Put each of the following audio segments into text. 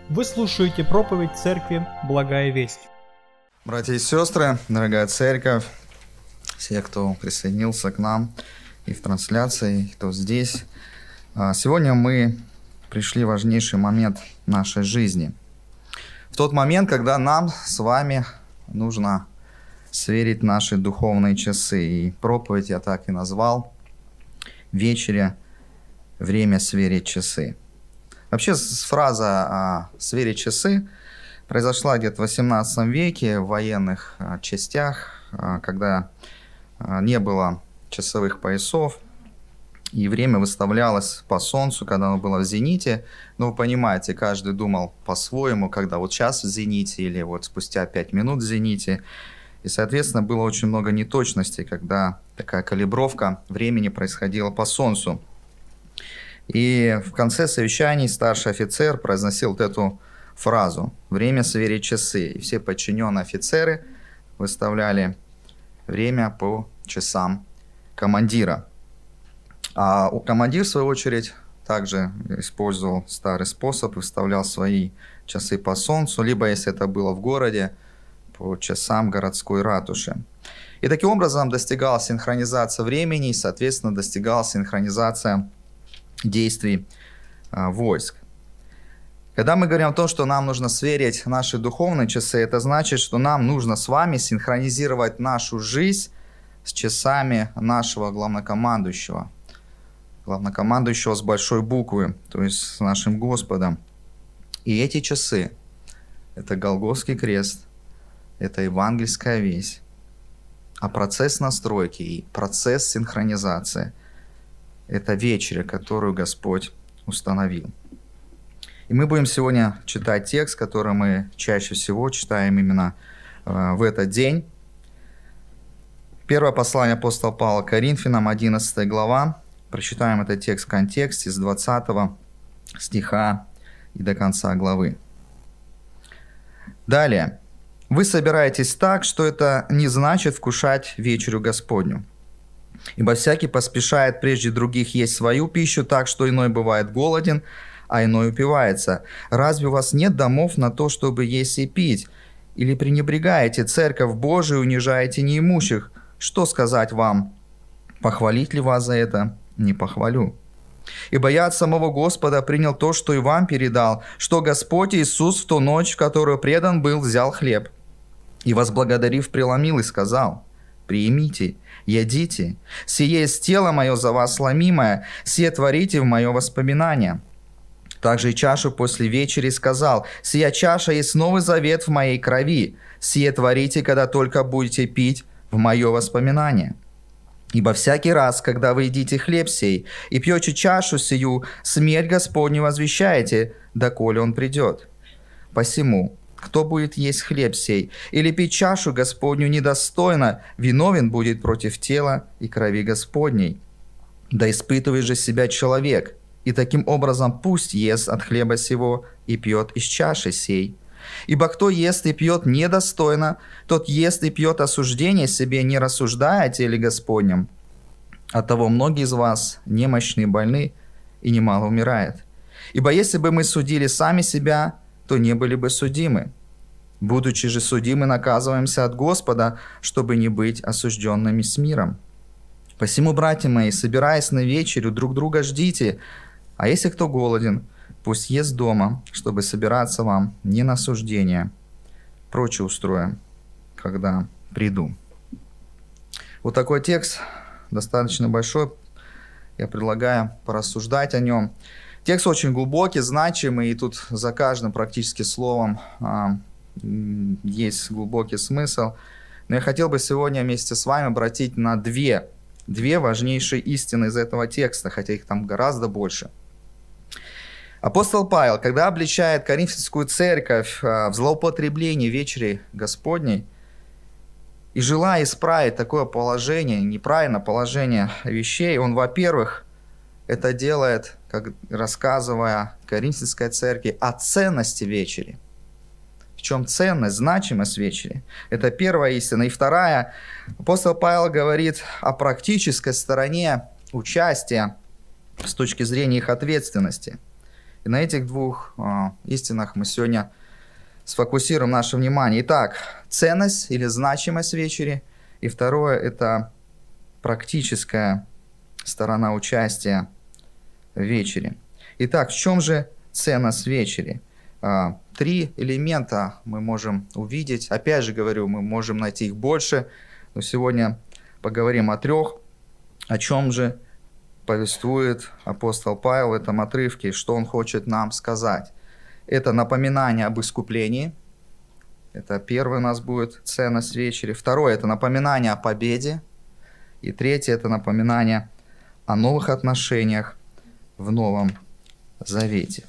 Вы слушаете проповедь Церкви Благая Весть. Братья и сестры, дорогая церковь, все, кто присоединился к нам и в трансляции, и кто здесь. Сегодня мы пришли в важнейший момент нашей жизни. В тот момент, когда нам с вами нужно сверить наши духовные часы. И проповедь я так и назвал «Вечеря. Время сверить часы». Вообще фраза «сверить часы» произошла где-то в XVIII веке в военных частях, когда не было часовых поясов, и время выставлялось по солнцу, когда оно было в зените. Но вы понимаете, каждый думал по-своему, когда вот сейчас в зените или вот спустя 5 минут в зените. И, соответственно, было очень много неточностей, когда такая калибровка времени происходила по солнцу. И в конце совещаний старший офицер произносил вот эту фразу «время сверить часы». И все подчиненные офицеры выставляли время по часам командира. А командир, в свою очередь, также использовал старый способ, выставлял свои часы по солнцу, либо, если это было в городе, по часам городской ратуши. И таким образом достигалась синхронизация времени и, соответственно, достигалась синхронизация действий войск. Когда мы говорим о том, что нам нужно сверить наши духовные часы, это значит, что нам нужно с вами синхронизировать нашу жизнь с часами нашего главнокомандующего. Главнокомандующего с большой буквы, то есть с нашим Господом. И эти часы – это Голгофский крест, это евангельская весть. А процесс настройки и процесс синхронизации – это вечеря, которую Господь установил. И мы будем сегодня читать текст, который мы чаще всего читаем именно в этот день. Первое послание апостола Павла к Коринфянам, 11 глава. Прочитаем этот текст в контексте с 20 стиха и до конца главы. Далее. «Вы собираетесь так, что это не значит вкушать вечерю Господню. Ибо всякий поспешает прежде других есть свою пищу, так что иной бывает голоден, а иной упивается. Разве у вас нет домов на то, чтобы есть и пить? Или пренебрегаете церковь Божию, унижаете неимущих? Что сказать вам? Похвалить ли вас за это? Не похвалю. Ибо я от самого Господа принял то, что и вам передал, что Господь Иисус в ту ночь, в которую предан был, взял хлеб и, возблагодарив, преломил и сказал: «Приимите, ядите, сие есть тело мое за вас сломимое, сие творите в мое воспоминание». Также и чашу после вечери сказал: «Сия чаша есть новый завет в моей крови, сие творите, когда только будете пить в мое воспоминание. Ибо всякий раз, когда вы едите хлеб сей и пьете чашу сию, смерть Господню возвещаете, доколе он придет. Посему, кто будет есть хлеб сей или пить чашу Господню недостойно, виновен будет против тела и крови Господней. Да испытывает же себя человек, и таким образом пусть ест от хлеба сего и пьет из чаши сей. Ибо кто ест и пьет недостойно, тот ест и пьет осуждение себе, не рассуждая о теле Господнем. Оттого многие из вас немощны и больны, и немало умирает. Ибо если бы мы судили сами себя, то не были бы судимы. Будучи же судимы, наказываемся от Господа, чтобы не быть осужденными с миром. Посему, братья мои, собираясь на вечерю, друг друга ждите, а если кто голоден, пусть ест дома, чтобы собираться вам не на осуждение. Прочее устроим, когда приду». Вот такой текст, достаточно большой. Я предлагаю порассуждать о нем. Текст очень глубокий, значимый, и тут за каждым практически словом есть глубокий смысл. Но я хотел бы сегодня вместе с вами обратить на две важнейшие истины из этого текста, хотя их там гораздо больше. Апостол Павел, когда обличает Коринфянскую церковь в злоупотреблении вечери Господней и желая исправить такое положение, неправильное положение вещей, он, во-первых, это делает, как рассказывая Коринфянской церкви о ценности вечери. В чем ценность, значимость вечери? Это первая истина. И вторая, апостол Павел говорит о практической стороне участия с точки зрения их ответственности. И на этих двух истинах мы сегодня сфокусируем наше внимание. Итак, ценность или значимость вечери. И второе – это практическая сторона участия в вечере. Итак, в чем же ценность вечери? 3 элемента мы можем увидеть. Опять же говорю, мы можем найти их больше, но сегодня поговорим о 3. О чем же повествует апостол Павел в этом отрывке, что он хочет нам сказать. Это напоминание об искуплении. Это первое у нас будет ценность вечери. Второе – это напоминание о победе. И третье – это напоминание о новых отношениях в Новом Завете.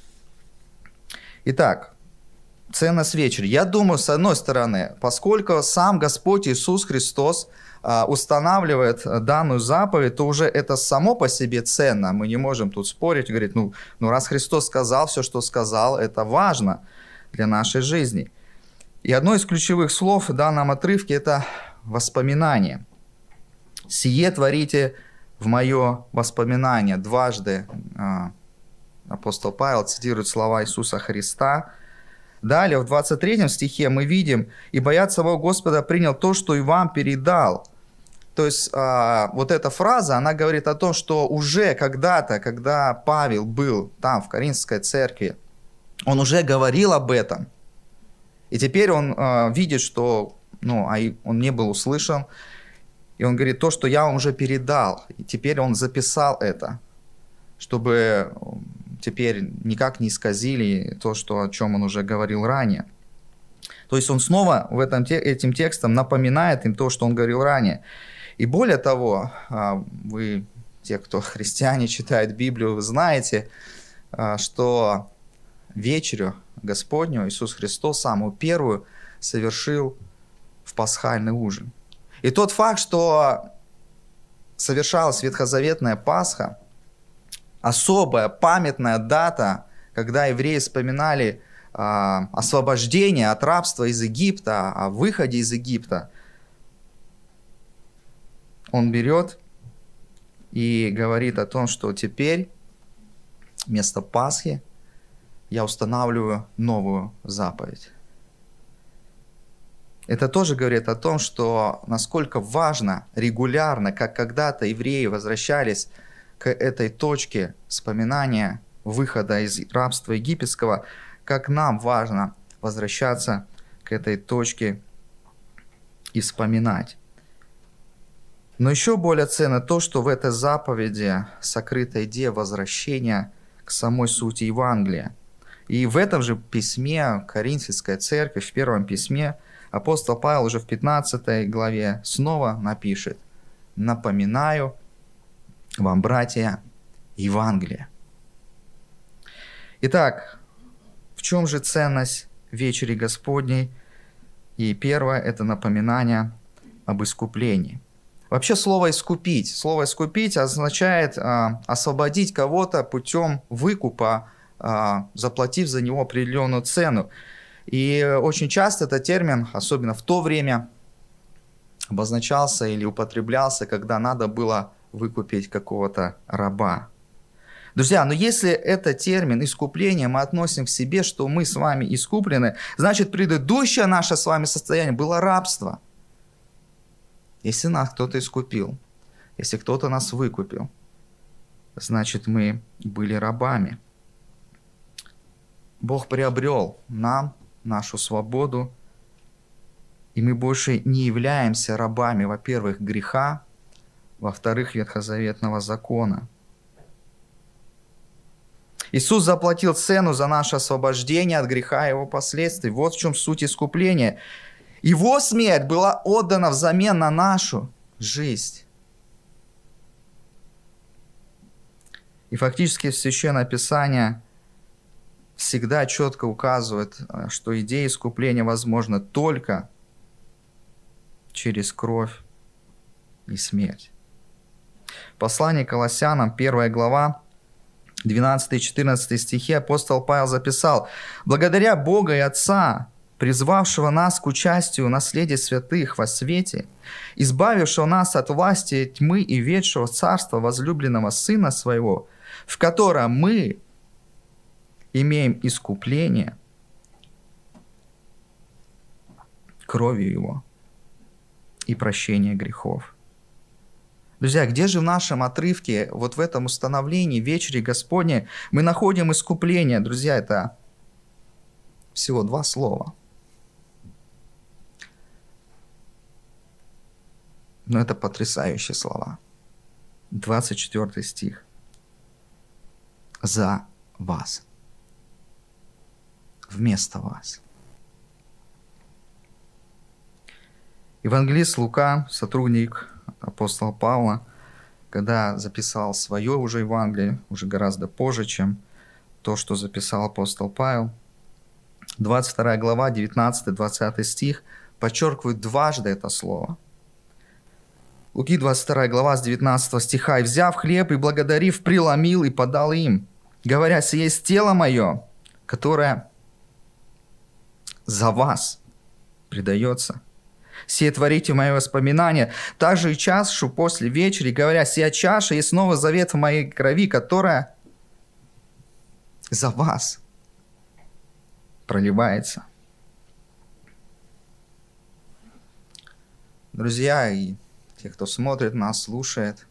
Итак, ценность вечери. Я думаю, с одной стороны, поскольку сам Господь Иисус Христос устанавливает данную заповедь, то уже это само по себе ценно. Мы не можем тут спорить и говорить, ну раз Христос сказал все, что сказал, это важно для нашей жизни. И одно из ключевых слов в данном отрывке – это воспоминание. «Сие творите в мое воспоминание». Дважды апостол Павел цитирует слова Иисуса Христа. Далее, в 23 стихе мы видим: «Ибо я от самого Господа принял то, что и вам передал». То есть, вот эта фраза, она говорит о том, что уже когда-то, когда Павел был там, в Коринфской церкви, он уже говорил об этом. И теперь он видит, что он не был услышан. И он говорит, то, что я вам уже передал. И теперь он записал это, чтобы теперь никак не исказили то, о чем он уже говорил ранее. То есть он снова этим текстом напоминает им то, что он говорил ранее. И более того, вы, те, кто христиане, читают Библию, вы знаете, что вечерю Господню Иисус Христос самую первую совершил в пасхальный ужин. И тот факт, что совершалась ветхозаветная Пасха, особая памятная дата, когда евреи вспоминали освобождение от рабства из Египта, о выходе из Египта, он берет и говорит о том, что теперь вместо Пасхи я устанавливаю новую заповедь. Это тоже говорит о том, что насколько важно регулярно, как когда-то евреи возвращались к этой точке вспоминания выхода из рабства египетского, как нам важно возвращаться к этой точке и вспоминать. Но еще более ценно то, что в этой заповеди сокрыта идея возвращения к самой сути Евангелия. И в этом же письме Коринфской церкви, в первом письме, апостол Павел уже в 15 главе снова напишет: «Напоминаю вам, братья, Евангелие». Итак, в чем же ценность вечери Господней? И первое – это напоминание об искуплении. Вообще слово «искупить» означает освободить кого-то путем выкупа, заплатив за него определенную цену. И очень часто этот термин, особенно в то время, обозначался или употреблялся, когда надо было выкупить какого-то раба. Друзья, но если этот термин искупление мы относим к себе, что мы с вами искуплены, значит предыдущее наше с вами состояние было рабство. Если нас кто-то искупил, если кто-то нас выкупил, значит мы были рабами. Бог приобрел нам нашу свободу, и мы больше не являемся рабами, во-первых, греха, во-вторых, ветхозаветного закона. Иисус заплатил цену за наше освобождение от греха и его последствий. Вот в чем суть искупления. Его смерть была отдана взамен на нашу жизнь. И фактически Священное Писание всегда четко указывает, что идея искупления возможна только через кровь и смерть. Послание к Колоссянам, 1 глава, 12-14 стихи, апостол Павел записал: «Благодаря Бога и Отца, призвавшего нас к участию в наследии святых во свете, избавившего нас от власти тьмы и ведшего царства возлюбленного Сына Своего, в котором мы имеем искупление кровью Его и прощение грехов. Друзья, где же в нашем отрывке, вот в этом установлении вечери Господней, мы находим искупление? Друзья, это всего 2 слова. Но это потрясающие слова. 24 стих. За вас. Вместо вас. Евангелист Лука, сотрудник апостола Павла, когда записал свое уже Евангелие, уже гораздо позже, чем то, что записал апостол Павел, 22 глава, 19-20 стих, подчеркивает дважды это слово. Луки 22 глава с 19 стиха. «И взяв хлеб и благодарив, преломил и подал им, говоря, сие есть тело мое, которое за вас предается. Сие творите в мое воспоминание. Также и чашу после вечери, говоря, сия чаша есть новый завет в моей крови, которая за вас проливается». Друзья, и те, кто смотрит нас, слушает,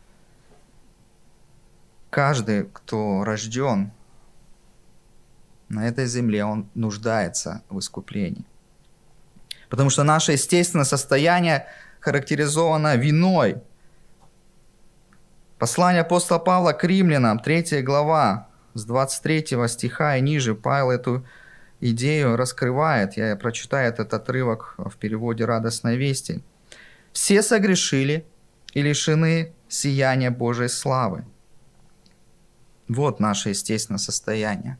каждый, кто рожден на этой земле, он нуждается в искуплении. Потому что наше естественное состояние характеризовано виной. Послание апостола Павла к римлянам, 3 глава, с 23 стиха и ниже, Павел эту идею раскрывает. Я прочитаю этот отрывок в переводе «Радостной вести». «Все согрешили и лишены сияния Божьей славы». Вот наше естественное состояние.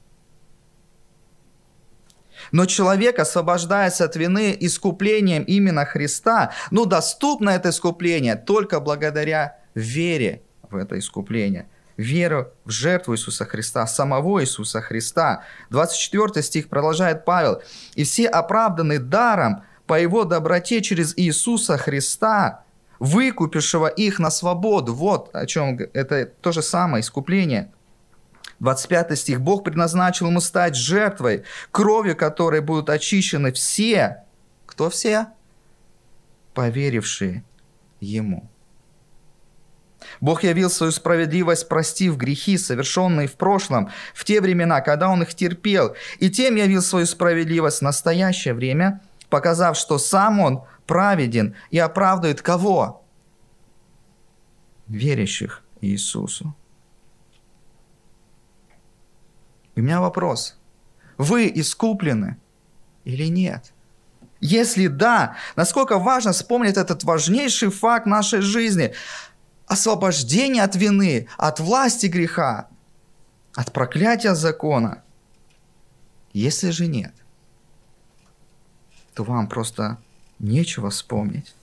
Но человек освобождается от вины искуплением именно Христа. Но доступно это искупление только благодаря вере в это искупление. Веру в жертву Иисуса Христа, самого Иисуса Христа. 24 стих продолжает Павел. «И все оправданы даром по Его доброте через Иисуса Христа, выкупившего их на свободу». Вот о чем это то же самое искупление. 25 стих. «Бог предназначил ему стать жертвой, кровью которой будут очищены все». Кто все? Поверившие Ему. Бог явил свою справедливость, простив грехи, совершенные в прошлом, в те времена, когда Он их терпел, и тем явил свою справедливость в настоящее время, показав, что Сам Он праведен и оправдывает кого? Верящих Иисусу. И у меня вопрос. Вы искуплены или нет? Если да, насколько важно вспомнить этот важнейший факт нашей жизни. Освобождение от вины, от власти греха, от проклятия закона. Если же нет, то вам просто нечего вспомнить.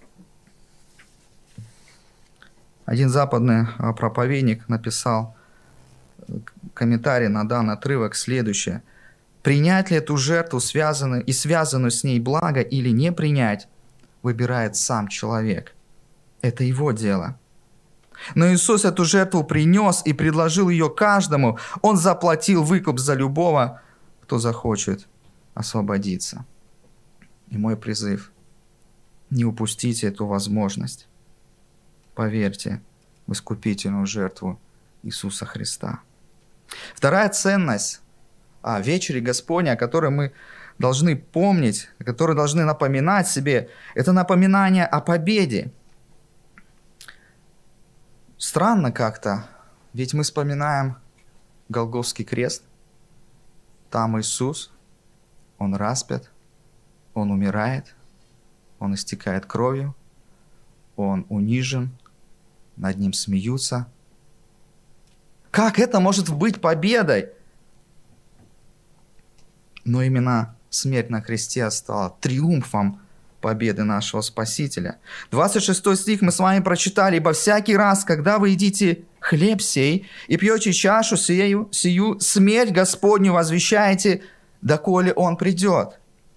Один западный проповедник написал комментарий на данный отрывок следующее. Принять ли эту жертву и связанную с ней благо или не принять, выбирает сам человек. Это его дело. Но Иисус эту жертву принес и предложил ее каждому. Он заплатил выкуп за любого, кто захочет освободиться. И мой призыв – не упустите эту возможность. Поверьте в искупительную жертву Иисуса Христа. Вторая ценность вечери Господней, о которой мы должны помнить, о которой должны напоминать себе, это напоминание о победе. Странно как-то, ведь мы вспоминаем Голгофский крест. Там Иисус, Он распят, Он умирает, Он истекает кровью, Он унижен, над Ним смеются. Как это может быть победой? Но именно смерть на кресте стала триумфом победы нашего Спасителя. 26 стих мы с вами прочитали. «Ибо всякий раз, когда вы едите хлеб сей и пьете чашу сию, смерть Господню возвещаете, доколе Он придет».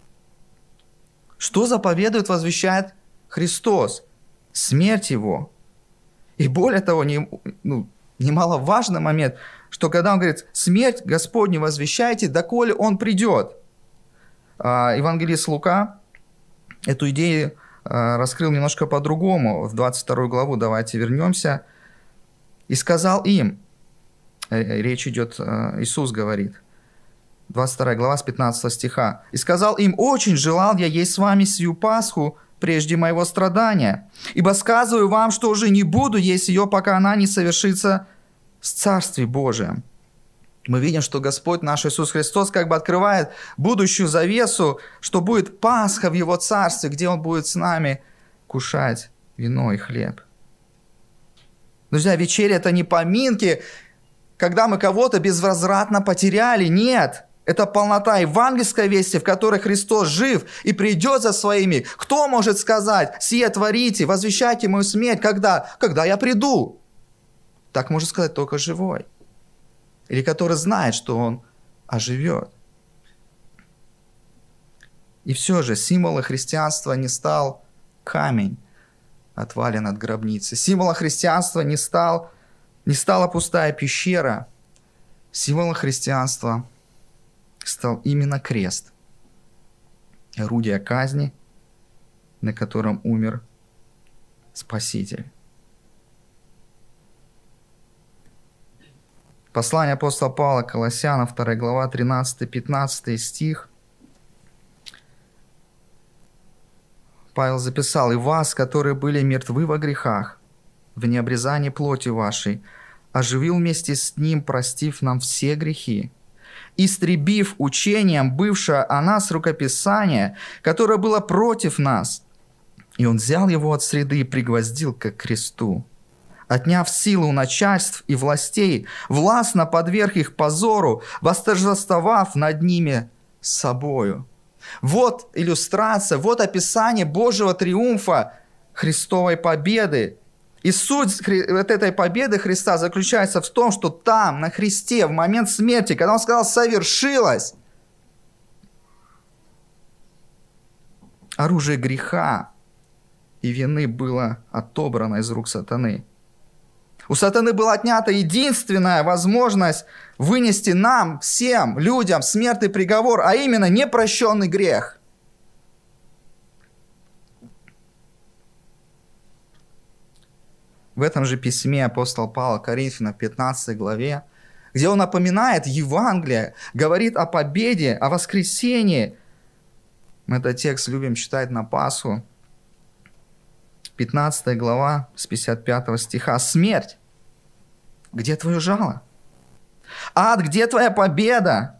Что заповедует, возвещает Христос? Смерть Его. И более того, не немаловажный момент, что когда он говорит, смерть Господню возвещайте, доколе он придет. Евангелист Лука эту идею раскрыл немножко по-другому. В 22 главу давайте вернемся. «И сказал им», речь идет, Иисус говорит, 22 глава с 15 стиха. «И сказал им, очень желал я есть с вами сию Пасху прежде моего страдания, ибо сказываю вам, что уже не буду есть ее, пока она не совершится в Царстве Божием». Мы видим, что Господь наш Иисус Христос как бы открывает будущую завесу, что будет Пасха в Его Царстве, где Он будет с нами кушать вино и хлеб. Друзья, вечеря – это не поминки, когда мы кого-то безвозвратно потеряли. Нет, это полнота евангельской вести, в которой Христос жив и придет за своими. Кто может сказать, сие творите, возвещайте мою смерть, когда я приду? Так может сказать только живой. Или который знает, что он оживет. И все же символом христианства не стал камень, отвален от гробницы. Символом христианства не стала пустая пещера. Символом христианства стал именно крест. Орудие казни, на котором умер Спаситель. Послание апостола Павла к Колоссянам, 2 глава, 13-15 стих. Павел записал: «И вас, которые были мертвы во грехах, в необрезании плоти вашей, оживил вместе с Ним, простив нам все грехи, истребив учением бывшее о нас рукописание, которое было против нас. И Он взял его от среды и пригвоздил к кресту, отняв силу начальств и властей, властно подверг их позору, восторжествовав над ними собою». Вот иллюстрация, вот описание Божьего триумфа, Христовой победы. И суть вот этой победы Христа заключается в том, что там, на Христе, в момент смерти, когда Он сказал «совершилось», оружие греха и вины было отобрано из рук сатаны. У сатаны была отнята единственная возможность вынести нам, всем людям, смертный приговор, а именно непрощенный грех. В этом же письме апостол Павел Коринфянам, 15 главе, где он напоминает Евангелие, говорит о победе, о воскресении. Мы этот текст любим читать на Пасху. 15 глава с 55 стиха. «Смерть, где твое жало? Ад, где твоя победа?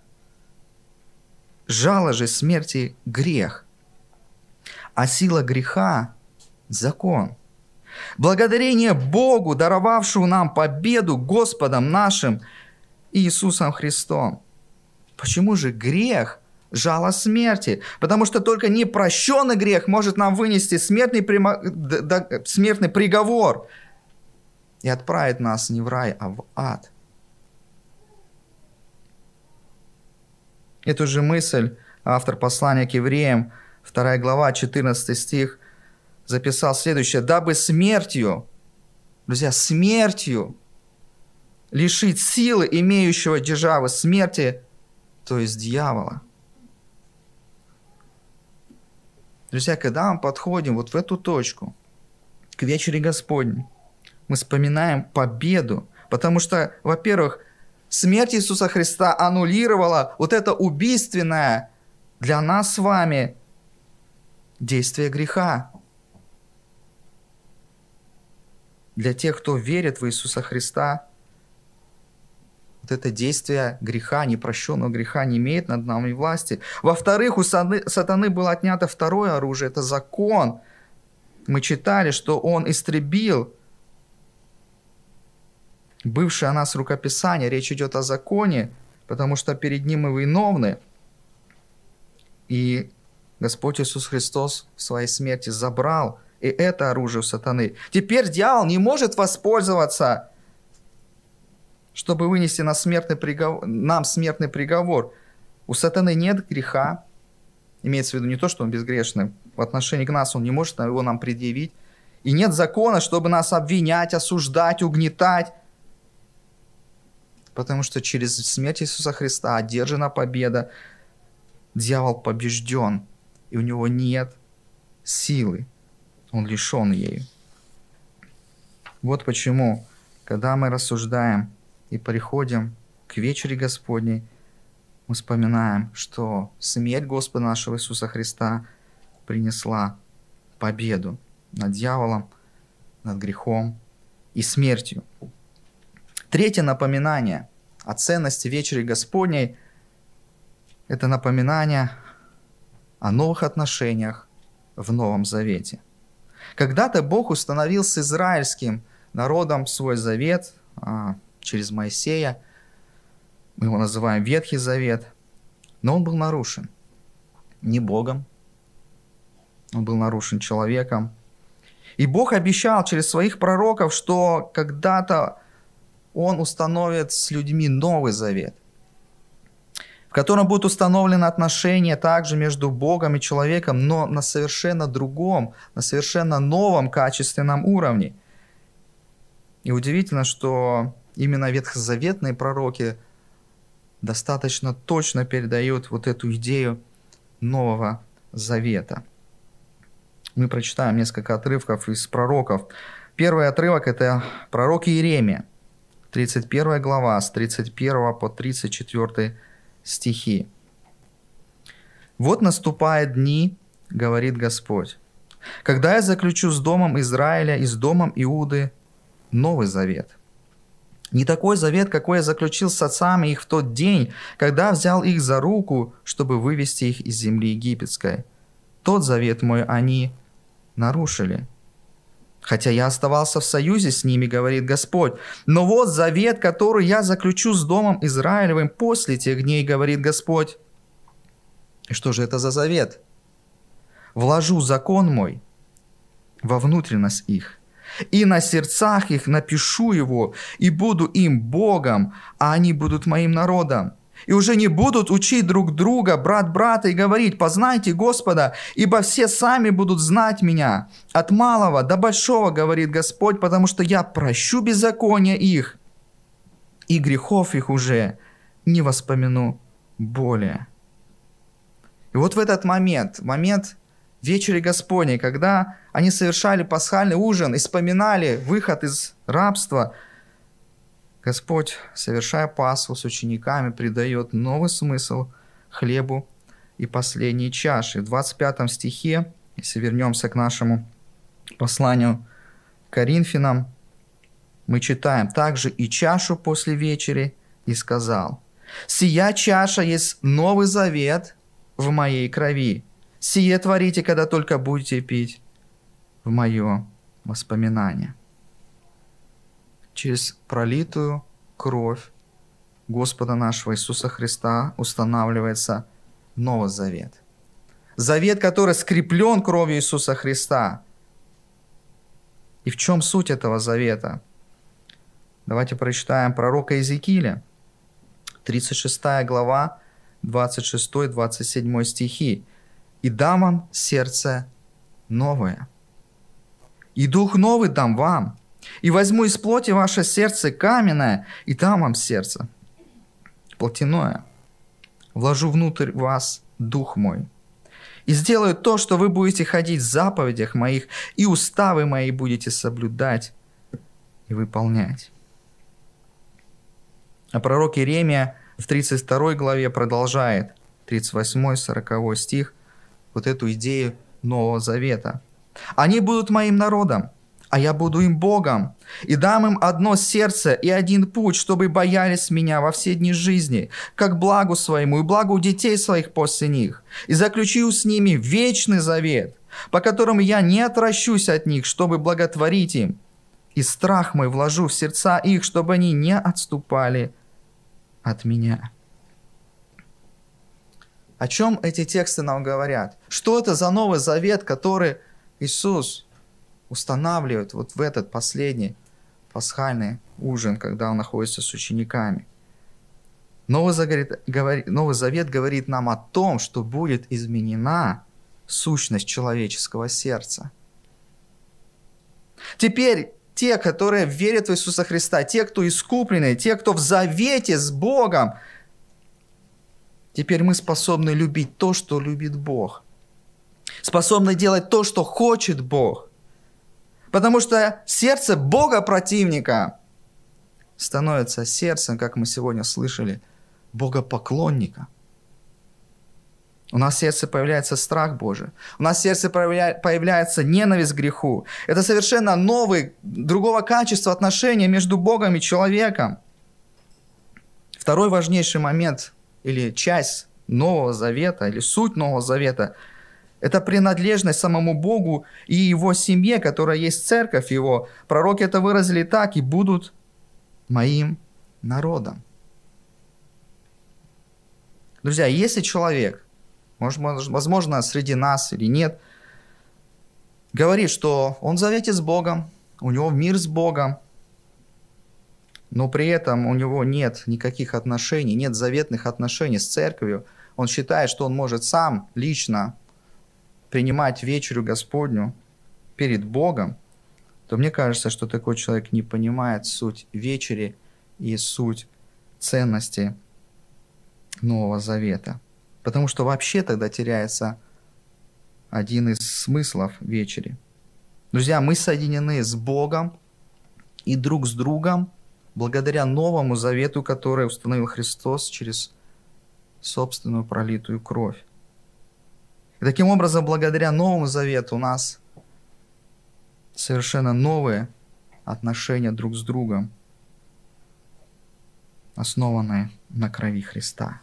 Жало же смерти – грех, а сила греха – закон. Благодарение Богу, даровавшему нам победу Господом нашим Иисусом Христом». Почему же грех – жало смерти? Потому что только непрощенный грех может нам вынести смертный приговор и отправить нас не в рай, а в ад. Эту же мысль автор послания к евреям, 2 глава, 14 стих, записал следующее: «Дабы смертью, друзья, смертью лишить силы имеющего державы смерти, то есть дьявола». Друзья, когда мы подходим вот в эту точку, к вечере Господней, мы вспоминаем победу, потому что, во-первых, смерть Иисуса Христа аннулировала вот это убийственное для нас с вами действие греха. Для тех, кто верит в Иисуса Христа, вот это действие греха, непрощенного греха не имеет над нами власти. Во-вторых, у сатаны было отнято второе оружие, это закон. Мы читали, что он истребил бывшее о нас рукописание. Речь идет о законе, потому что перед ним мы виновны. И Господь Иисус Христос в своей смерти забрал и это оружие у сатаны. Теперь дьявол не может воспользоваться, чтобы вынести нам смертный приговор. У сатаны нет греха. Имеется в виду не то, что он безгрешный. В отношении к нас он не может его нам предъявить. И нет закона, чтобы нас обвинять, осуждать, угнетать. потому что через смерть Иисуса Христа одержана победа. Дьявол побежден, и у него нет силы. Он лишен ею. Вот почему, когда мы рассуждаем и приходим к вечере Господней, мы вспоминаем, что смерть Господа нашего Иисуса Христа принесла победу над дьяволом, над грехом и смертью. Третье напоминание о ценности вечери Господней – это напоминание о новых отношениях в Новом Завете. Когда-то Бог установил с израильским народом свой завет через Моисея. Мы его называем Ветхий Завет. Но он был нарушен не Богом, он был нарушен человеком. И Бог обещал через своих пророков, что когда-то Он установит с людьми Новый Завет, в котором будут установлены отношения также между Богом и человеком, но на совершенно другом, на совершенно новом качественном уровне. И удивительно, что именно ветхозаветные пророки достаточно точно передают вот эту идею Нового Завета. Мы прочитаем несколько отрывков из пророков. Первый отрывок – это пророк Иеремия, 31 глава, с 31 по 34 стихи. «Вот наступают дни, — говорит Господь, — когда я заключу с домом Израиля и с домом Иуды Новый Завет. Не такой завет, какой я заключил с отцами их в тот день, когда взял их за руку, чтобы вывести их из земли египетской. Тот завет мой они нарушили. Хотя я оставался в союзе с ними, говорит Господь. Но вот завет, который я заключу с домом Израилевым после тех дней, говорит Господь. И что же это за завет? Вложу закон мой во внутренность их, и на сердцах их напишу его, и буду им Богом, а они будут моим народом. И уже не будут учить друг друга, брат брата, и говорить: познайте Господа, ибо все сами будут знать меня. От малого до большого, говорит Господь, потому что я прощу беззакония их, и грехов их уже не воспомяну более». И вот в этот момент вечери Господней, когда они совершали пасхальный ужин и вспоминали выход из рабства, Господь, совершая Пасху с учениками, придает новый смысл хлебу и последней чаше. В 25 стихе, если вернемся к нашему посланию к Коринфянам, мы читаем: «Также и чашу после вечери, и сказал: сия чаша есть новый завет в моей крови. Сие творите, когда только будете пить в мое воспоминание». Через пролитую кровь Господа нашего Иисуса Христа устанавливается Новый Завет. Завет, который скреплен кровью Иисуса Христа. И в чем суть этого завета? Давайте прочитаем пророка Иезекииля, 36 глава, 26-27 стихи. «И дам вам сердце новое, и дух новый дам вам, и возьму из плоти ваше сердце каменное, и дам вам сердце плотяное. Вложу внутрь вас дух мой, и сделаю то, что вы будете ходить в заповедях моих, и уставы мои будете соблюдать и выполнять». А пророк Иеремия в 32 главе продолжает, 38-40 стих, вот эту идею Нового Завета. «Они будут моим народом, а я буду им Богом, и дам им одно сердце и один путь, чтобы боялись меня во все дни жизни, как благу своему и благу детей своих после них, и заключу с ними вечный завет, по которому я не отвращусь от них, чтобы благотворить им, и страх мой вложу в сердца их, чтобы они не отступали от меня». О чем эти тексты нам говорят? Что это за Новый Завет, который Иисус устанавливает вот в этот последний пасхальный ужин, когда Он находится с учениками? Новый Завет говорит нам о том, что будет изменена сущность человеческого сердца. Теперь те, которые верят в Иисуса Христа, те, кто искуплены, те, кто в завете с Богом, теперь мы способны любить то, что любит Бог. Способны делать то, что хочет Бог. Потому что сердце Бога противника становится сердцем, как мы сегодня слышали, богопоклонника. У нас в сердце появляется страх Божий. У нас в сердце появляется ненависть к греху. Это совершенно новый, другого качества отношения между Богом и человеком. Второй важнейший момент или часть Нового Завета, или суть Нового Завета – это принадлежность самому Богу и Его семье, которая есть церковь Его. Пророки это выразили так: «И будут моим народом». Друзья, если человек, возможно, среди нас или нет, говорит, что он в завете с Богом, у него мир с Богом, но при этом у него нет никаких отношений, нет заветных отношений с церковью, он считает, что он может сам лично принимать вечерю Господню перед Богом, то мне кажется, что такой человек не понимает суть вечери и суть ценности Нового Завета. Потому что вообще тогда теряется один из смыслов вечери. Друзья, мы соединены с Богом и друг с другом благодаря Новому Завету, который установил Христос через собственную пролитую кровь. И таким образом, благодаря Новому Завету у нас совершенно новые отношения друг с другом, основанные на крови Христа.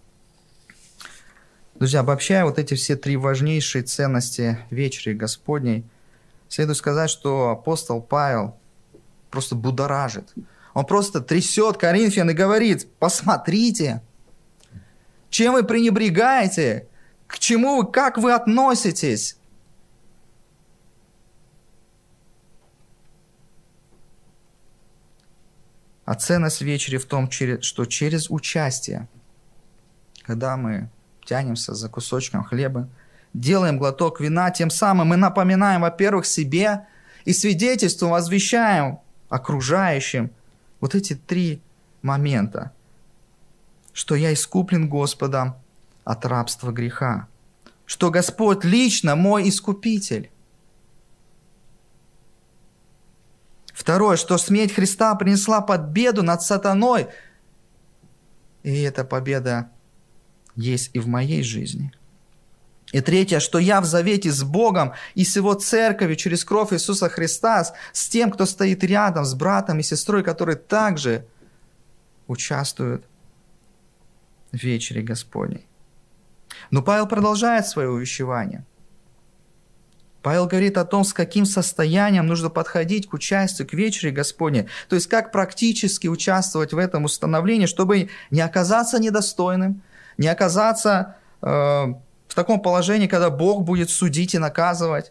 Друзья, обобщая вот эти все три важнейшие ценности вечери Господней, следует сказать, что апостол Павел просто будоражит. Он просто трясет Коринфян и говорит: посмотрите, чем вы пренебрегаете, к чему вы, как вы относитесь. А ценность вечери в том, что через участие, когда мы тянемся за кусочком хлеба, делаем глоток вина, тем самым мы напоминаем, во-первых, себе и свидетельством возвещаем окружающим вот эти три момента, что я искуплен Господом от рабства греха, что Господь лично мой искупитель. Второе, что смерть Христа принесла победу над сатаной, и эта победа есть и в моей жизни. И третье, что я в завете с Богом и с Его церковью через кровь Иисуса Христа, с тем, кто стоит рядом, с братом и сестрой, которые также участвуют в вечере Господней. Но Павел продолжает свое увещевание. Павел говорит о том, с каким состоянием нужно подходить к участию, к вечере Господней. То есть, как практически участвовать в этом установлении, чтобы не оказаться недостойным, не оказаться в таком положении, когда Бог будет судить и наказывать.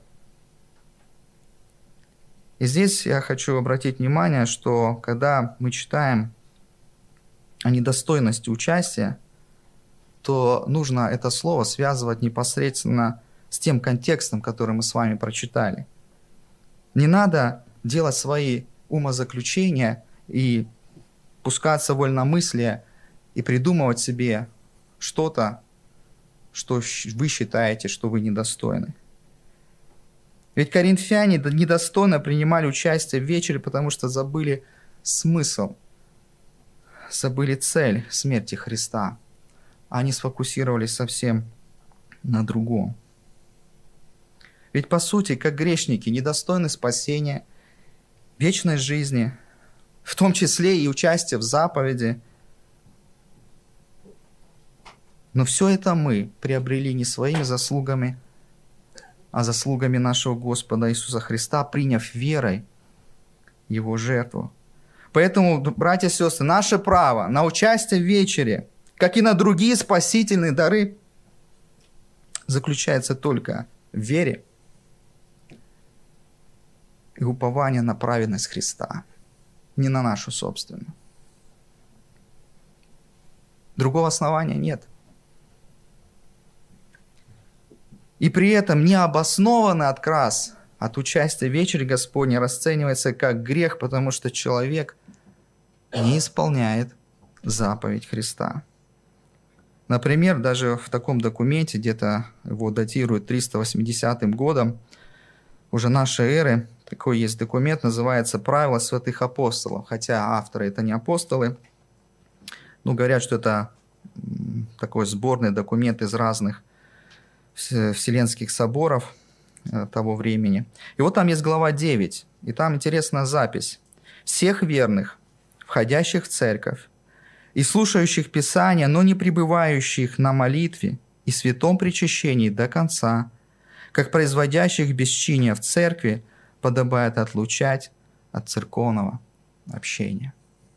И здесь я хочу обратить внимание, что когда мы читаем о недостойности участия, то нужно это слово связывать непосредственно с тем контекстом, который мы с вами прочитали. Не надо делать свои умозаключения и пускаться в вольномыслие и придумывать себе что-то, что вы считаете, что вы недостойны. Ведь коринфяне недостойно принимали участие в вечере, потому что забыли смысл, забыли цель смерти Христа. Они сфокусировались совсем на другом. Ведь по сути, как грешники, недостойны спасения, вечной жизни, в том числе и участия в заповеди. Но все это мы приобрели не своими заслугами, а заслугами нашего Господа Иисуса Христа, приняв верой Его жертву. Поэтому, братья и сестры, наше право на участие в вечере, как и на другие спасительные дары, заключается только в вере и уповании на праведность Христа, не на нашу собственную. Другого основания нет. И при этом необоснованный отказ от участия в вечере Господней расценивается как грех, потому что человек не исполняет заповедь Христа. Например, даже в таком документе, где-то его датируют 380 годом, уже нашей эры, такой есть документ, называется «Правила святых апостолов». Хотя авторы это не апостолы, но говорят, что это такой сборный документ из разных вселенских соборов того времени. И вот там есть глава 9, и там интересная запись. «Всех верных, входящих в церковь, и слушающих Писания, но не пребывающих на молитве и святом причащении до конца, как производящих бесчиние в церкви, подобает отлучать от церковного общения».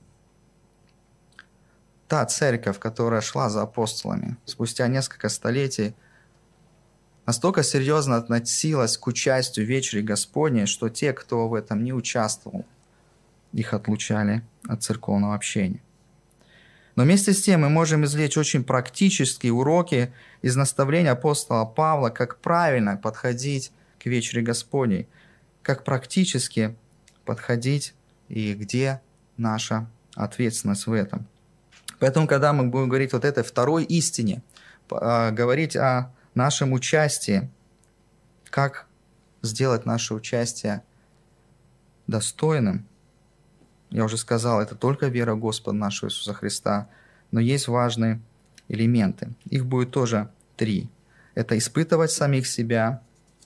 Та церковь, которая шла за апостолами спустя несколько столетий, настолько серьезно относилась к участию в вечере Господней, что те, кто в этом не участвовал, их отлучали от церковного общения. Но вместе с тем мы можем извлечь очень практические уроки из наставления апостола Павла, как правильно подходить к вечере Господней, как практически подходить и где наша ответственность в этом. Поэтому, когда мы будем говорить вот этой второй истине, говорить о нашем участии, как сделать наше участие достойным, я уже сказал, это только вера в Господа нашего Иисуса Христа, но есть важные элементы. Их будет тоже 3. Это испытывать самих себя,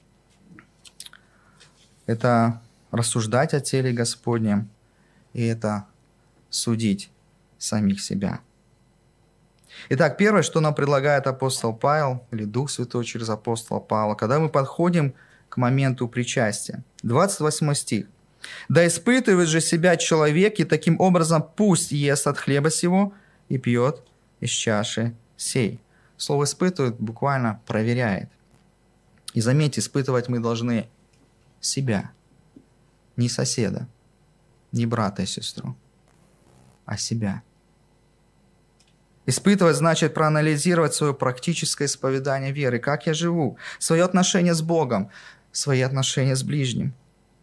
это рассуждать о теле Господнем, и это судить самих себя. Итак, первое, что нам предлагает апостол Павел, или Дух Святой через апостола Павла, когда мы подходим к моменту причастия. 28 стих. «Да испытывает же себя человек, и таким образом пусть ест от хлеба сего и пьет из чаши сей». Слово «испытывает» буквально проверяет. И заметьте, испытывать мы должны себя, не соседа, не брата и сестру, а себя. Испытывать значит проанализировать свое практическое исповедание веры, как я живу, свое отношение с Богом, свои отношения с ближним.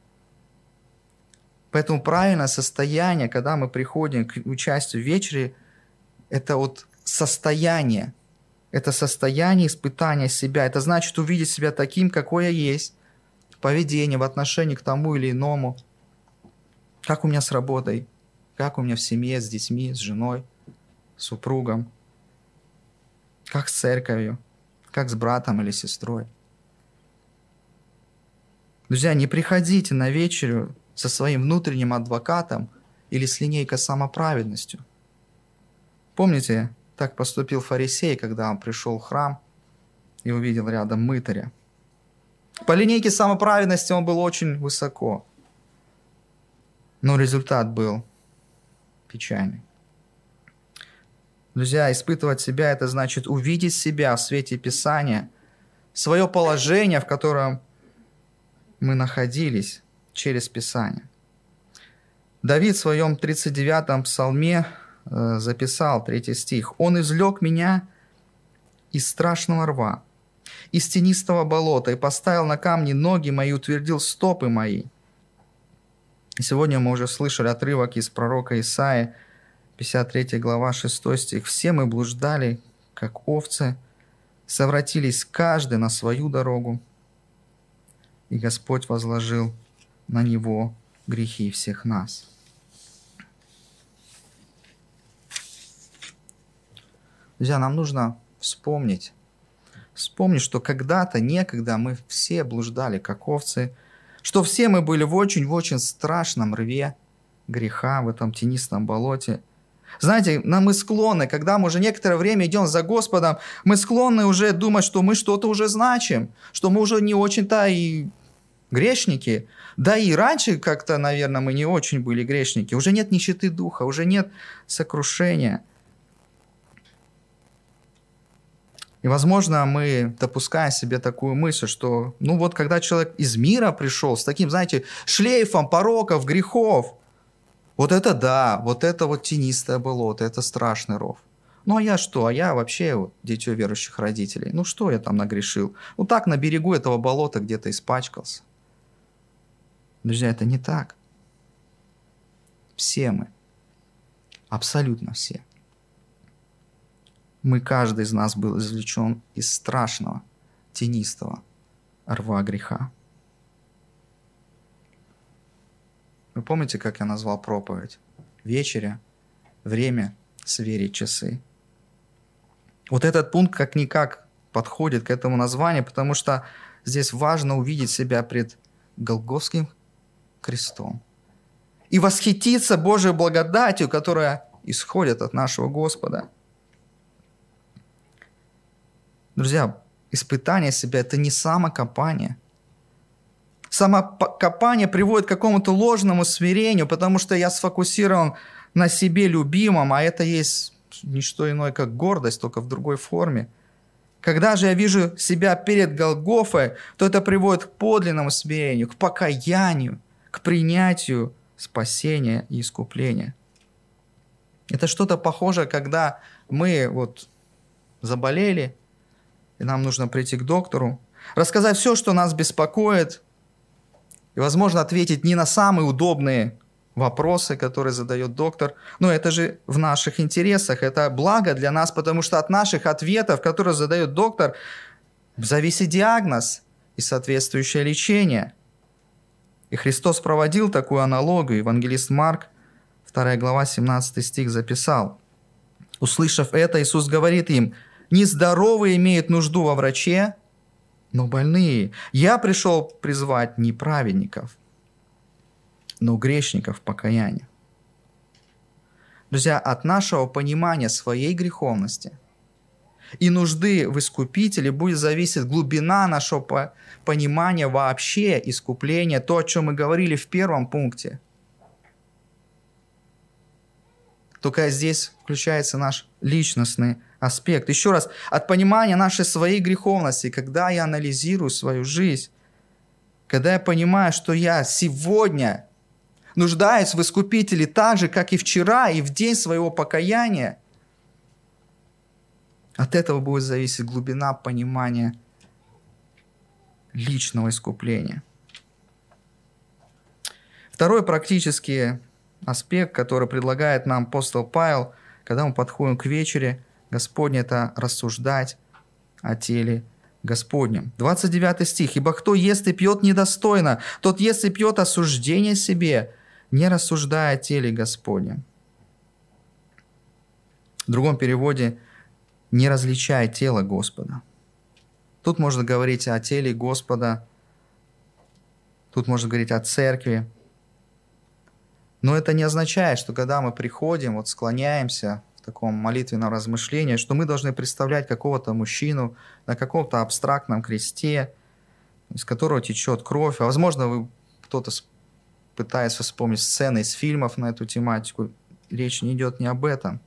Поэтому правильное состояние, когда мы приходим к участию в вечере, это вот состояние. Это состояние испытания себя. Это значит увидеть себя таким, какой я есть, в поведении, в отношении к тому или иному. Как у меня с работой, как у меня в семье, с детьми, с женой, с супругом, как с церковью, как с братом или сестрой. Друзья, не приходите на вечерю со своим внутренним адвокатом или с линейкой самоправедностью. Помните, так поступил фарисей, когда он пришел в храм и увидел рядом мытаря. По линейке самоправедности он был очень высоко, но результат был печальный. Друзья, испытывать себя – это значит увидеть себя в свете Писания, свое положение, в котором мы находились через Писание. Давид в своем 39-м псалме записал 3 стих. «Он извлек меня из страшного рва, из тенистого болота, и поставил на камни ноги мои, утвердил стопы мои». И сегодня мы уже слышали отрывок из пророка Исаии, 53 глава, 6 стих. «Все мы блуждали, как овцы, совратились каждый на свою дорогу, и Господь возложил на него грехи всех нас». Друзья, нам нужно вспомнить, что когда-то, некогда мы все блуждали, как овцы, что все мы были в очень страшном рве греха, в этом тенистом болоте. Знаете, мы склонны, когда мы уже некоторое время идем за Господом, мы склонны уже думать, что мы что-то уже значим, что мы уже не очень-то и грешники. Да и раньше как-то, наверное, мы не очень были грешники. Уже нет нищеты духа, уже нет сокрушения. И, возможно, мы допускаем себе такую мысль, что, когда человек из мира пришел с таким, знаете, шлейфом пороков, грехов, вот это да, вот это вот тенистое болото, это страшный ров. А я что? А я вообще дитё верующих родителей. Что я там нагрешил? Так на берегу этого болота где-то испачкался. Друзья, это не так. Все мы, абсолютно все. Каждый из нас был извлечен из страшного, тенистого рва греха. Вы помните, как я назвал проповедь? Вечеря, время, сверить часы. Вот этот пункт как-никак подходит к этому названию, потому что здесь важно увидеть себя пред Голгофским крестом и восхититься Божьей благодатью, которая исходит от нашего Господа. Друзья, испытание себя – это не самокопание. Самокопание приводит к какому-то ложному смирению, потому что я сфокусирован на себе любимом, а это есть не что иное, как гордость, только в другой форме. Когда же я вижу себя перед Голгофой, то это приводит к подлинному смирению, к покаянию, к принятию спасения и искупления. Это что-то похожее, когда мы заболели, и нам нужно прийти к доктору, рассказать все, что нас беспокоит, и, возможно, ответить не на самые удобные вопросы, которые задает доктор, но это же в наших интересах, это благо для нас, потому что от наших ответов, которые задает доктор, зависит диагноз и соответствующее лечение. И Христос проводил такую аналогию. Евангелист Марк, 2 глава, 17 стих записал. Услышав это, Иисус говорит им: «Нездоровые имеют нужду во враче, но больные. Я пришел призвать не праведников, но грешников к покаянию». Друзья, от нашего понимания своей греховности и нужды в искупителе будет зависеть глубина нашего понимания вообще искупления, то, о чем мы говорили в первом пункте. Только здесь включается наш личностный аспект. Еще раз, от понимания нашей своей греховности, когда я анализирую свою жизнь, когда я понимаю, что я сегодня нуждаюсь в искупителе так же, как и вчера, и в день своего покаяния, от этого будет зависеть глубина понимания личного искупления. Второй практический аспект, который предлагает нам апостол Павел, когда мы подходим к вечере Господне, это рассуждать о теле Господнем. 29 стих. «Ибо кто ест и пьет недостойно, тот ест и пьет осуждение себе, не рассуждая о теле Господнем». В другом переводе «не различая тело Господа». Тут можно говорить о теле Господа, тут можно говорить о церкви. Но это не означает, что когда мы приходим, склоняемся в таком молитвенном размышлении, что мы должны представлять какого-то мужчину на каком-то абстрактном кресте, из которого течет кровь. А возможно, кто-то пытается вспомнить сцены из фильмов на эту тематику. Речь не идет не об этом.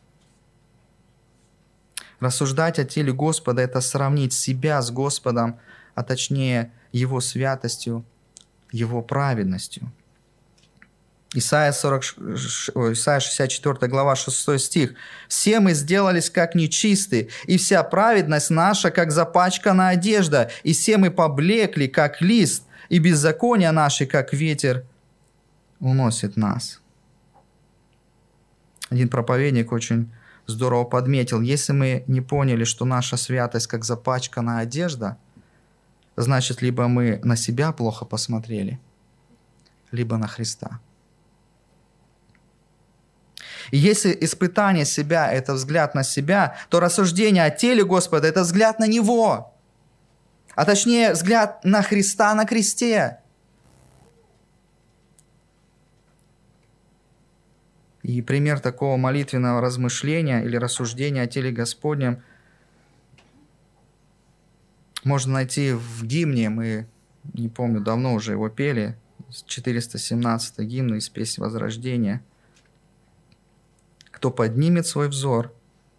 Рассуждать о теле Господа – это сравнить себя с Господом, а точнее Его святостью, Его праведностью. Исайя 64 глава 6 стих. «Все мы сделались как нечисты, и вся праведность наша, как запачканная одежда, и все мы поблекли, как лист, и беззакония наши, как ветер, уносит нас». Один проповедник очень здорово подметил: если мы не поняли, что наша святость как запачканная одежда, значит, либо мы на себя плохо посмотрели, либо на Христа. И если испытание себя – это взгляд на себя, то рассуждение о теле Господа – это взгляд на Него, а точнее взгляд на Христа на кресте. И пример такого молитвенного размышления или рассуждения о теле Господнем можно найти в гимне. Мы, не помню, давно уже его пели. 417 гимн из «Песни Возрождения». «Кто поднимет свой взор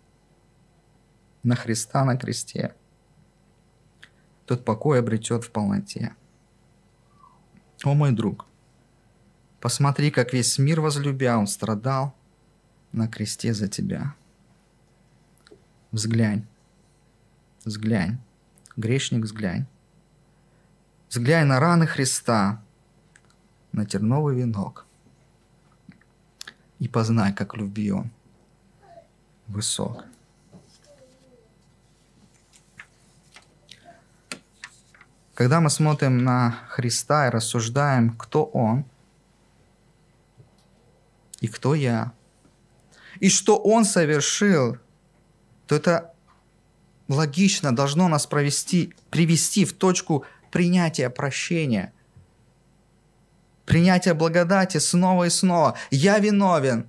на Христа на кресте, тот покой обретет в полноте». О, мой друг, посмотри, как весь мир возлюбя, Он страдал на кресте за тебя. Взглянь, взглянь, грешник, взглянь. Взглянь на раны Христа, на терновый венок и познай, как любви Он высок. Когда мы смотрим на Христа и рассуждаем, кто Он и кто я, и что Он совершил, то это логично должно нас привести в точку принятия прощения, принятия благодати снова и снова. Я виновен,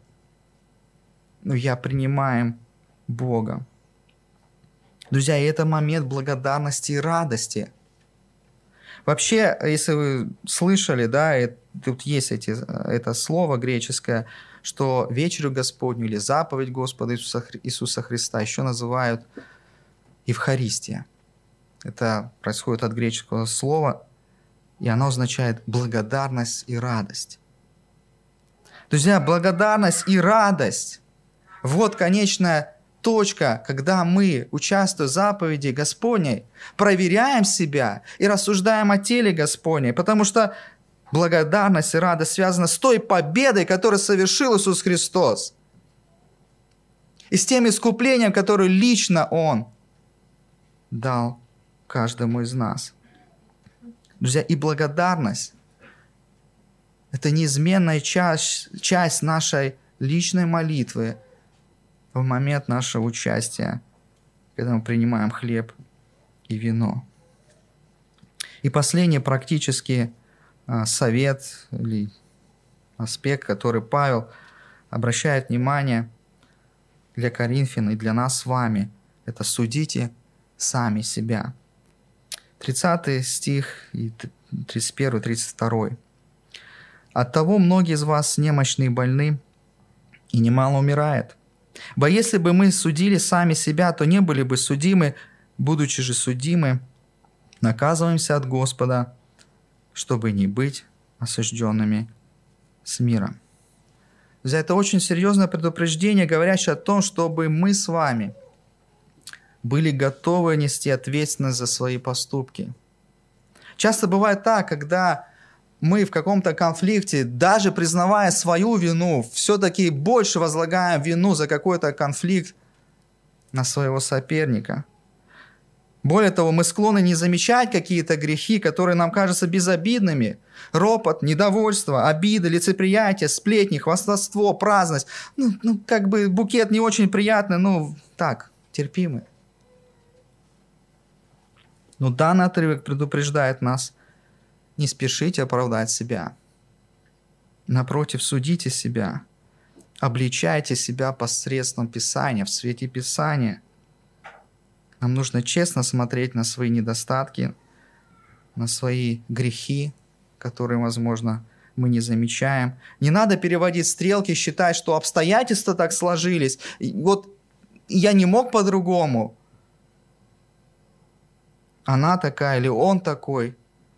но я принимаем Бога. Друзья, и это момент благодарности и радости. Вообще, если вы слышали, да, тут есть это слово греческое, что вечерю Господню или заповедь Господа Иисуса Христа еще называют Евхаристия. Это происходит от греческого слова, и оно означает благодарность и радость. Друзья, благодарность и радость – вот конечная точка, когда мы, участвуя в заповеди Господней, проверяем себя и рассуждаем о теле Господней, потому что благодарность и радость связаны с той победой, которую совершил Иисус Христос, и с тем искуплением, которое лично Он дал каждому из нас. Друзья, и благодарность – это неизменная часть нашей личной молитвы в момент нашего участия, когда мы принимаем хлеб и вино. И последний практический совет или аспект, который Павел обращает внимание для Коринфян и для нас с вами, это «судите сами себя». 30 стих и 31, 32. «Оттого многие из вас немощны и больны, и немало умирает. Ибо если бы мы судили сами себя, то не были бы судимы, будучи же судимы, наказываемся от Господа, чтобы не быть осужденными с миром». Друзья, это очень серьезное предупреждение, говорящее о том, чтобы мы с вами были готовы нести ответственность за свои поступки. Часто бывает так, когда мы в каком-то конфликте, даже признавая свою вину, все-таки больше возлагаем вину за какой-то конфликт на своего соперника. Более того, мы склонны не замечать какие-то грехи, которые нам кажутся безобидными. Ропот, недовольство, обиды, лицеприятие, сплетни, хвастовство, праздность. Как бы букет не очень приятный, так, терпимый. Но данный отрывок предупреждает нас: не спешите оправдать себя. Напротив, судите себя. Обличайте себя посредством Писания, в свете Писания. Нам нужно честно смотреть на свои недостатки, на свои грехи, которые, возможно, мы не замечаем. Не надо переводить стрелки, считать, что обстоятельства так сложились. Вот я не мог по-другому. Она такая или он такой.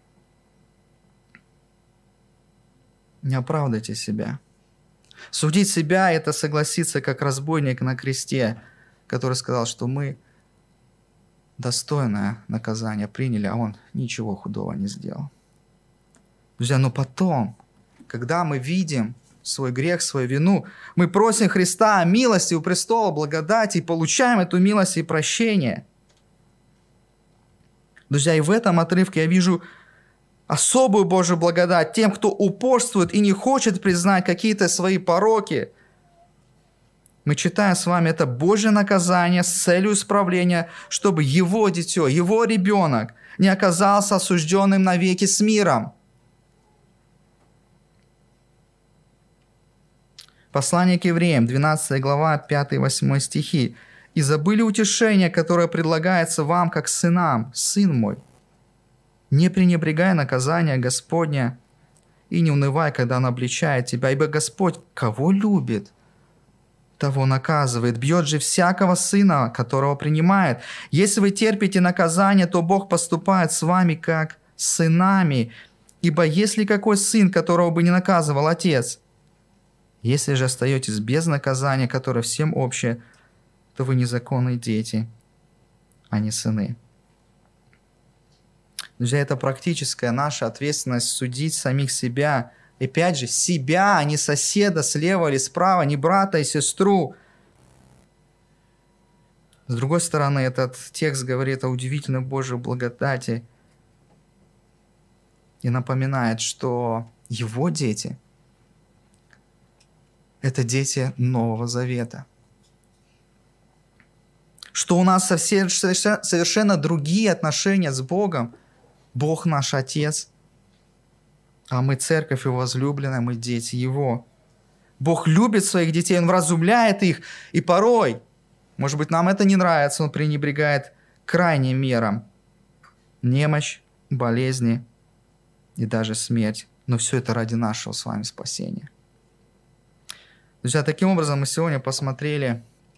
Не оправдайте себя. Судить себя – это согласиться, как разбойник на кресте, который сказал, что мы достойное наказание приняли, а он ничего худого не сделал. Друзья, но потом, когда мы видим свой грех, свою вину, мы просим Христа о милости у престола благодати и получаем эту милость и прощение. Друзья, и в этом отрывке я вижу особую Божью благодать тем, кто упорствует и не хочет признать какие-то свои пороки. Мы читаем с вами это Божье наказание с целью исправления, чтобы его дитё, его ребенок не оказался осужденным навеки с миром. Послание к евреям, 12 глава, 5-8 стихи. «И забыли утешение, которое предлагается вам, как сынам, сын мой. Не пренебрегай наказания Господня и не унывай, когда Он обличает тебя, ибо Господь кого любит, того наказывает, бьет же всякого сына, которого принимает. Если вы терпите наказание, то Бог поступает с вами, как с сынами, ибо есть ли какой сын, которого бы не наказывал отец? Если же остаетесь без наказания, которое всем общее, то вы незаконные дети, а не сыны». Друзья, это практическая наша ответственность судить самих себя И опять же, себя, а не соседа слева или справа, не брата и сестру. С другой стороны, этот текст говорит о удивительной Божьей благодати и напоминает, что его дети – это дети Нового Завета. Что у нас совершенно другие отношения с Богом. Бог наш Отец, а мы церковь Его возлюбленная, мы дети Его. Бог любит своих детей, Он вразумляет их, и порой, может быть, нам это не нравится, Он пренебрегает крайним мерам. Немощь, болезни и даже смерть. Но все это ради нашего с вами спасения. Друзья, таким образом мы сегодня посмотрели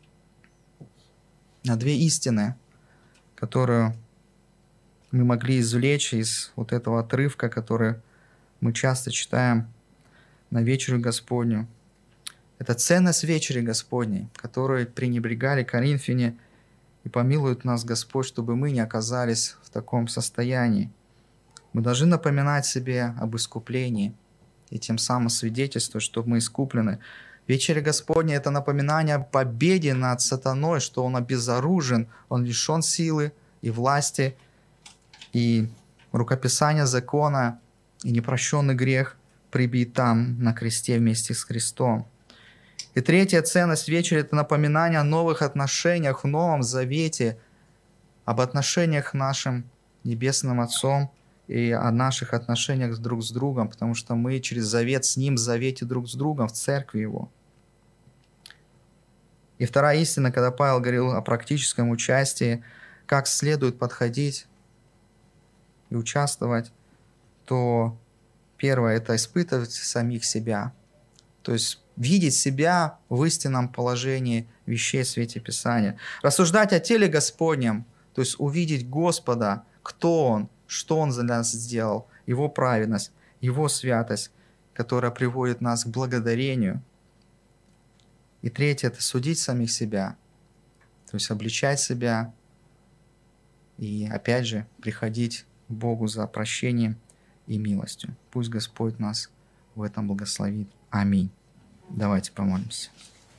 на две истины, которые мы могли извлечь из вот этого отрывка, который мы часто читаем на вечерю Господню. Это ценность вечери Господней, которой пренебрегали коринфяне, и помилует нас Господь, чтобы мы не оказались в таком состоянии. Мы должны напоминать себе об искуплении и тем самым свидетельствовать, что мы искуплены. Вечеря Господня – это напоминание о победе над сатаной, что он обезоружен, он лишен силы и власти, и рукописание закона, и непрощенный грех прибит там на кресте вместе с Христом. И третья ценность вечери – это напоминание о новых отношениях в Новом Завете, об отношениях нашим Небесным Отцом и о наших отношениях друг с другом, потому что мы через завет с Ним в завете друг с другом, в церкви Его. И вторая истина, когда Павел говорил о практическом участии, как следует подходить и участвовать, то первое – это испытывать самих себя. То есть видеть себя в истинном положении вещей в свете Писания. Рассуждать о теле Господнем, то есть увидеть Господа, кто Он, что Он за нас сделал, Его праведность, Его святость, которая приводит нас к благодарению. И третье – это судить самих себя, то есть обличать себя и, опять же, приходить к Богу за прощением и милостью. Пусть Господь нас в этом благословит. Аминь. Давайте помолимся.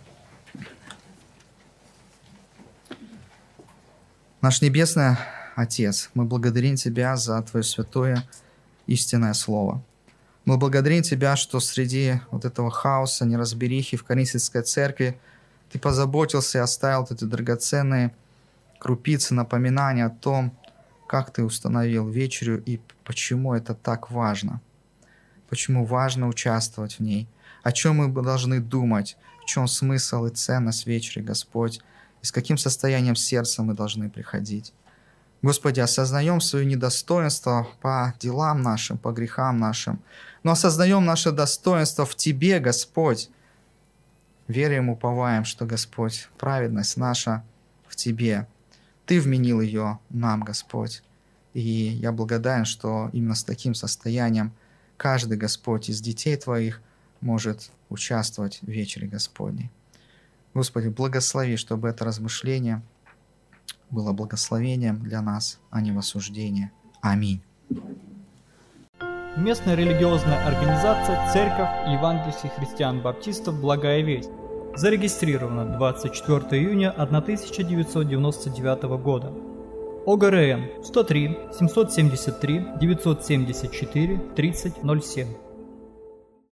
Наш Небесный Отец, мы благодарим Тебя за Твое святое истинное Слово. Мы благодарим Тебя, что среди вот этого хаоса, неразберихи в Коринфянской церкви Ты позаботился и оставил эти драгоценные крупицы напоминания о том, как Ты установил вечерю и почему это так важно. Почему важно участвовать в ней. О чем мы должны думать, в чем смысл и ценность вечери, Господь, и с каким состоянием сердца мы должны приходить. Господи, осознаем свое недостоинство по делам нашим, по грехам нашим, но осознаем наше достоинство в Тебе, Господь. Верим, уповаем, что, Господь, праведность наша в Тебе. Ты вменил ее нам, Господь. И я благодарен, что именно с таким состоянием каждый, Господь, из детей Твоих может участвовать в вечере Господней. Господи, благослови, чтобы это размышление было благословением для нас, а не в осуждение. Аминь. Местная религиозная организация «Церковь евангельских христиан-баптистов Благая Весть» зарегистрирована 24 июня 1999 года. ОГРН 103 773 974 3007.